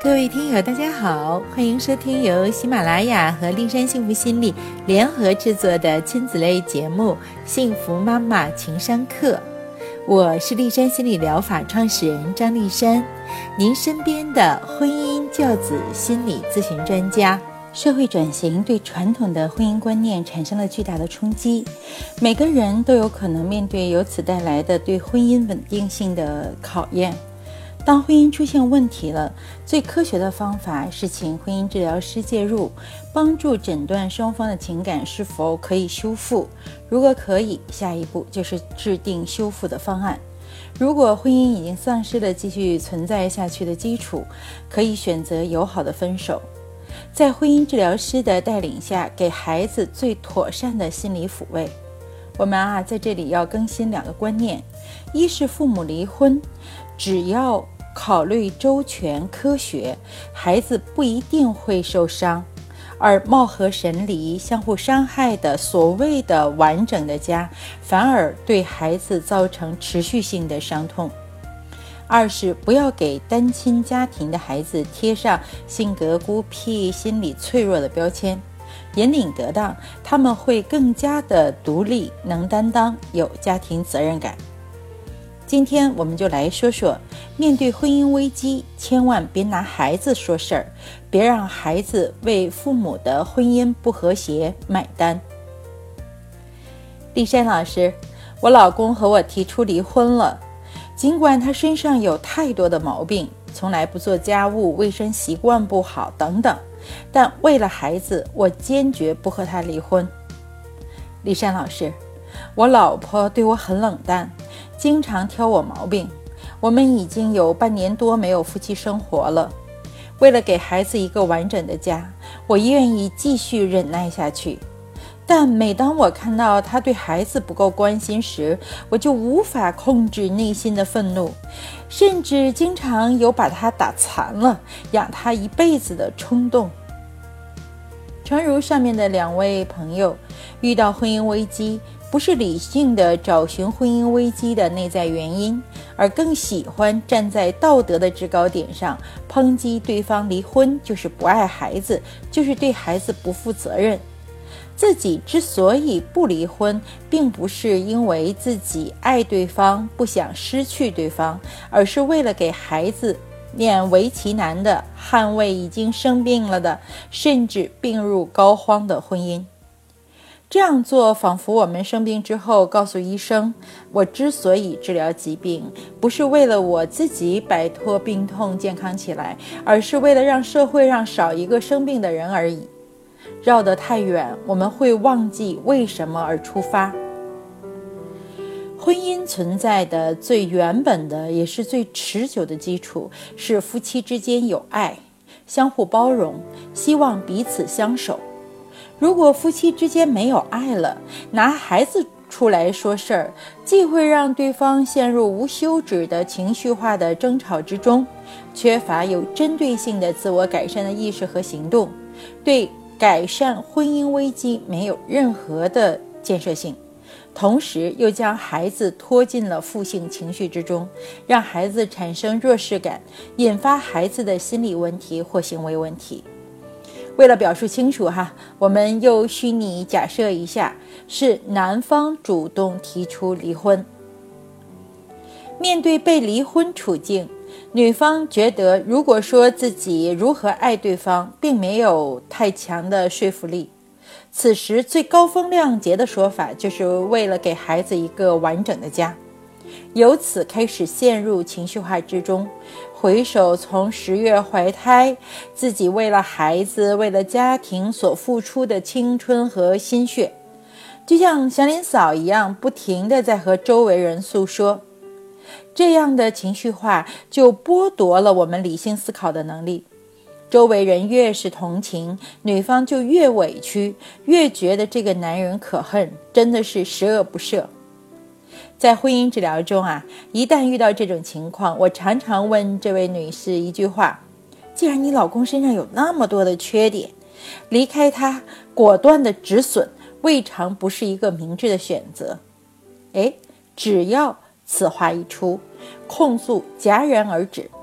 各位听友大家好，欢迎收听由喜马拉雅和丽山幸福心理联合制作的亲子类节目幸福妈妈情商课。我是丽山心理疗法创始人张丽山，您身边的婚姻教子心理咨询专家。社会转型对传统的婚姻观念产生了巨大的冲击，每个人都有可能面对由此带来的对婚姻稳定性的考验。当婚姻出现问题了，最科学的方法是请婚姻治疗师介入，帮助诊断双方的情感是否可以修复。如果可以，下一步就是制定修复的方案。如果婚姻已经丧失了继续存在下去的基础，可以选择友好的分手。在婚姻治疗师的带领下，给孩子最妥善的心理抚慰。我们在这里要更新2个观念，一是父母离婚，只要考虑周全科学，孩子不一定会受伤，而貌合神离、相互伤害的所谓的完整的家，反而对孩子造成持续性的伤痛。二是不要给单亲家庭的孩子贴上性格孤僻、心理脆弱的标签，引领得当，他们会更加的独立、能担当、有家庭责任感。今天我们就来说说，面对婚姻危机，千万别拿孩子说事儿，别让孩子为父母的婚姻不和谐买单。丽珊老师，我老公和我提出离婚了，尽管他身上有太多的毛病，从来不做家务，卫生习惯不好等等，但为了孩子，我坚决不和他离婚。丽珊老师，我老婆对我很冷淡，经常挑我毛病，我们已经有半年多没有夫妻生活了。为了给孩子一个完整的家，我愿意继续忍耐下去，但每当我看到他对孩子不够关心时，我就无法控制内心的愤怒，甚至经常有把他打残了，养他一辈子的冲动。诚如上面的2位朋友，遇到婚姻危机，不是理性的找寻婚姻危机的内在原因，而更喜欢站在道德的制高点上抨击对方离婚就是不爱孩子，就是对孩子不负责任。自己之所以不离婚，并不是因为自己爱对方，不想失去对方，而是为了给孩子勉为其难地捍卫已经生病了的，甚至病入膏肓的婚姻。这样做仿佛我们生病之后告诉医生，我之所以治疗疾病，不是为了我自己摆脱病痛健康起来，而是为了让社会上少一个生病的人而已。绕得太远，我们会忘记为什么而出发。婚姻存在的最原本的也是最持久的基础，是夫妻之间有爱，相互包容，希望彼此相守。如果夫妻之间没有爱了，拿孩子出来说事儿，既会让对方陷入无休止的情绪化的争吵之中，缺乏有针对性的自我改善的意识和行动，对改善婚姻危机没有任何的建设性，同时又将孩子拖进了负性情绪之中，让孩子产生弱势感，引发孩子的心理问题或行为问题。为了表述清楚我们又虚拟假设一下，是男方主动提出离婚。面对被离婚处境，女方觉得如果说自己如何爱对方，并没有太强的说服力。此时最高风亮节的说法，就是为了给孩子一个完整的家。由此开始陷入情绪化之中，回首从10月怀胎，自己为了孩子为了家庭所付出的青春和心血，就像祥林嫂一样，不停地在和周围人诉说。这样的情绪化就剥夺了我们理性思考的能力，周围人越是同情，女方就越委屈，越觉得这个男人可恨，真的是十恶不赦。在婚姻治疗中一旦遇到这种情况，我常常问这位女士一句话，既然你老公身上有那么多的缺点，离开他，果断的止损，未尝不是一个明智的选择。只要此话一出，控诉戛然而止。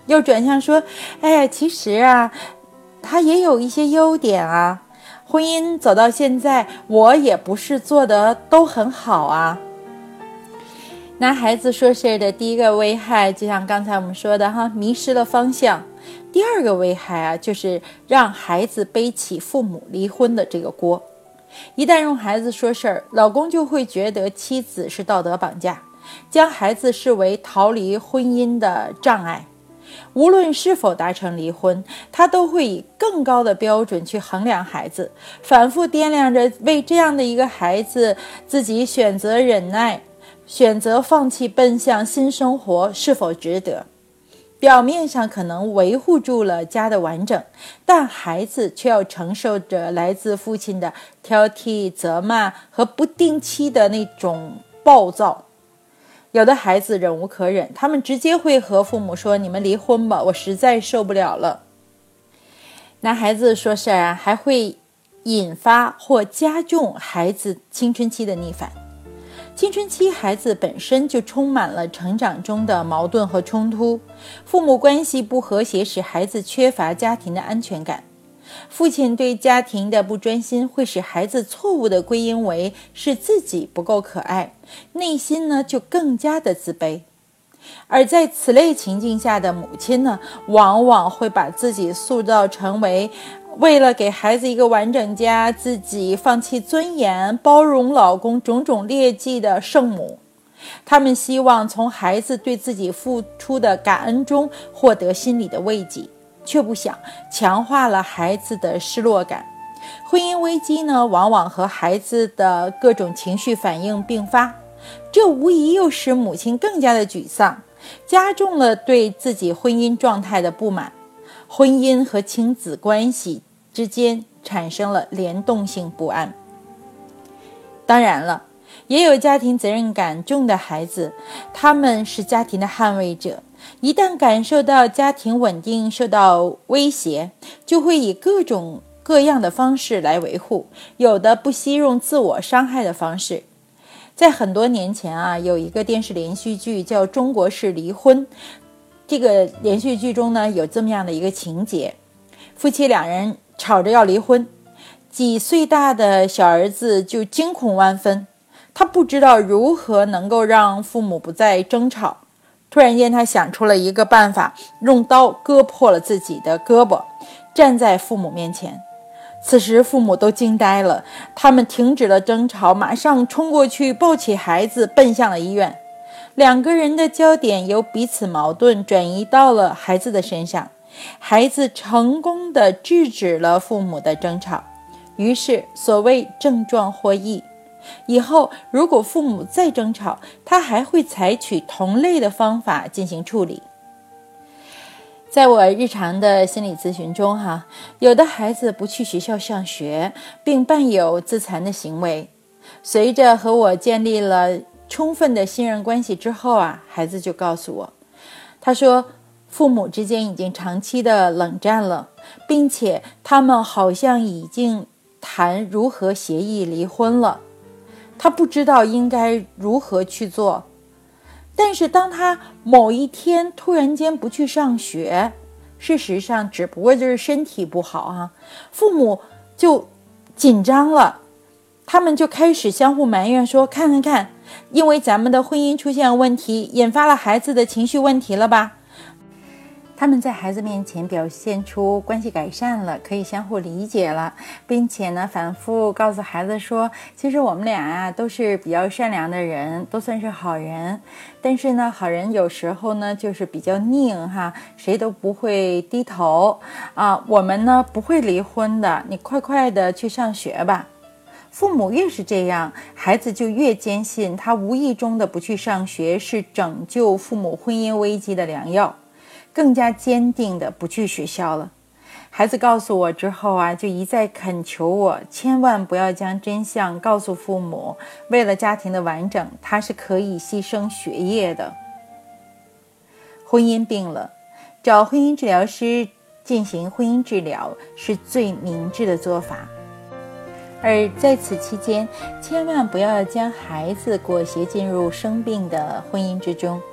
又转向说，哎，其实啊，他也有一些优点啊，婚姻走到现在，我也不是做得都很好啊。拿孩子说事的第一个危害，就像刚才我们说的哈，迷失了方向。第二个危害啊，就是让孩子背起父母离婚的这个锅。一旦用孩子说事儿，老公就会觉得妻子是道德绑架，将孩子视为逃离婚姻的障碍。无论是否达成离婚，他都会以更高的标准去衡量孩子，反复掂量着为这样的一个孩子，自己选择忍耐，选择放弃奔向新生活是否值得。表面上可能维护住了家的完整，但孩子却要承受着来自父亲的挑剔、责骂和不定期的那种暴躁。有的孩子忍无可忍，他们直接会和父母说，你们离婚吧，我实在受不了了。拿孩子说事啊，还会引发或加重孩子青春期的逆反。青春期孩子本身就充满了成长中的矛盾和冲突，父母关系不和谐使孩子缺乏家庭的安全感，父亲对家庭的不专心会使孩子错误地归因为是自己不够可爱，内心呢就更加的自卑。而在此类情境下的母亲呢，往往会把自己塑造成为为了给孩子一个完整家，自己放弃尊严，包容老公种种劣迹的圣母。他们希望从孩子对自己付出的感恩中获得心理的慰藉，却不想强化了孩子的失落感。婚姻危机呢，往往和孩子的各种情绪反应并发，这无疑又使母亲更加的沮丧，加重了对自己婚姻状态的不满。婚姻和亲子关系之间产生了联动性不安。当然了，也有家庭责任感重的孩子，他们是家庭的捍卫者，一旦感受到家庭稳定受到威胁，就会以各种各样的方式来维护，有的不惜用自我伤害的方式。在很多年前啊，有一个电视连续剧叫《中国式离婚》，这个连续剧中呢，有这么样的一个情节，夫妻两人吵着要离婚，几岁大的小儿子就惊恐万分，他不知道如何能够让父母不再争吵。突然间他想出了一个办法，用刀割破了自己的胳膊，站在父母面前。此时父母都惊呆了，他们停止了争吵，马上冲过去抱起孩子奔向了医院。两个人的焦点由彼此矛盾转移到了孩子的身上，孩子成功地制止了父母的争吵。于是所谓症状获益，以后如果父母再争吵，他还会采取同类的方法进行处理。在我日常的心理咨询中有的孩子不去学校上学，并伴有自残的行为。随着和我建立了充分的信任关系之后孩子就告诉我，他说父母之间已经长期的冷战了，并且他们好像已经谈如何协议离婚了，他不知道应该如何去做。但是当他某一天突然间不去上学，事实上只不过就是身体不好父母就紧张了，他们就开始相互埋怨说，看，因为咱们的婚姻出现问题，引发了孩子的情绪问题了吧。他们在孩子面前表现出关系改善了，可以相互理解了，并且呢反复告诉孩子说，其实我们俩都是比较善良的人，都算是好人，但是呢好人有时候呢就是比较拧谁都不会低头我们呢不会离婚的，你快快的去上学吧。父母越是这样，孩子就越坚信他无意中的不去上学是拯救父母婚姻危机的良药，更加坚定的不去学校了。孩子告诉我之后就一再恳求我千万不要将真相告诉父母，为了家庭的完整，他是可以牺牲学业的。婚姻病了，找婚姻治疗师进行婚姻治疗是最明智的做法。而在此期间，千万不要将孩子裹挟进入生病的婚姻之中。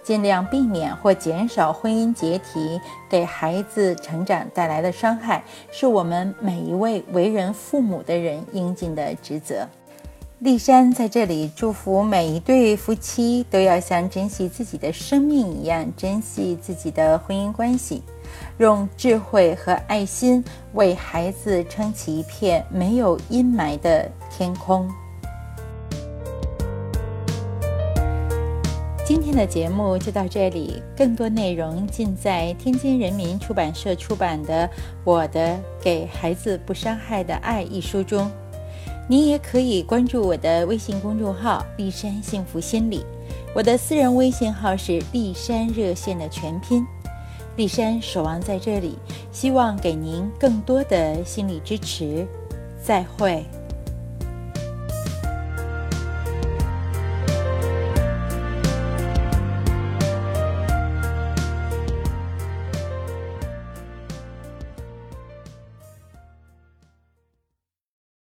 尽量避免或减少婚姻解体给孩子成长带来的伤害，是我们每一位为人父母的人应尽的职责。丽珊在这里祝福每一对夫妻都要像珍惜自己的生命一样珍惜自己的婚姻关系，用智慧和爱心为孩子撑起一片没有阴霾的天空。今天的节目就到这里，更多内容尽在天津人民出版社出版的《我的给孩子不伤害的爱》一书中。你也可以关注我的微信公众号丽珊幸福心理，我的私人微信号是丽珊热线的全拼。丽珊守望在这里，希望给您更多的心理支持。再会。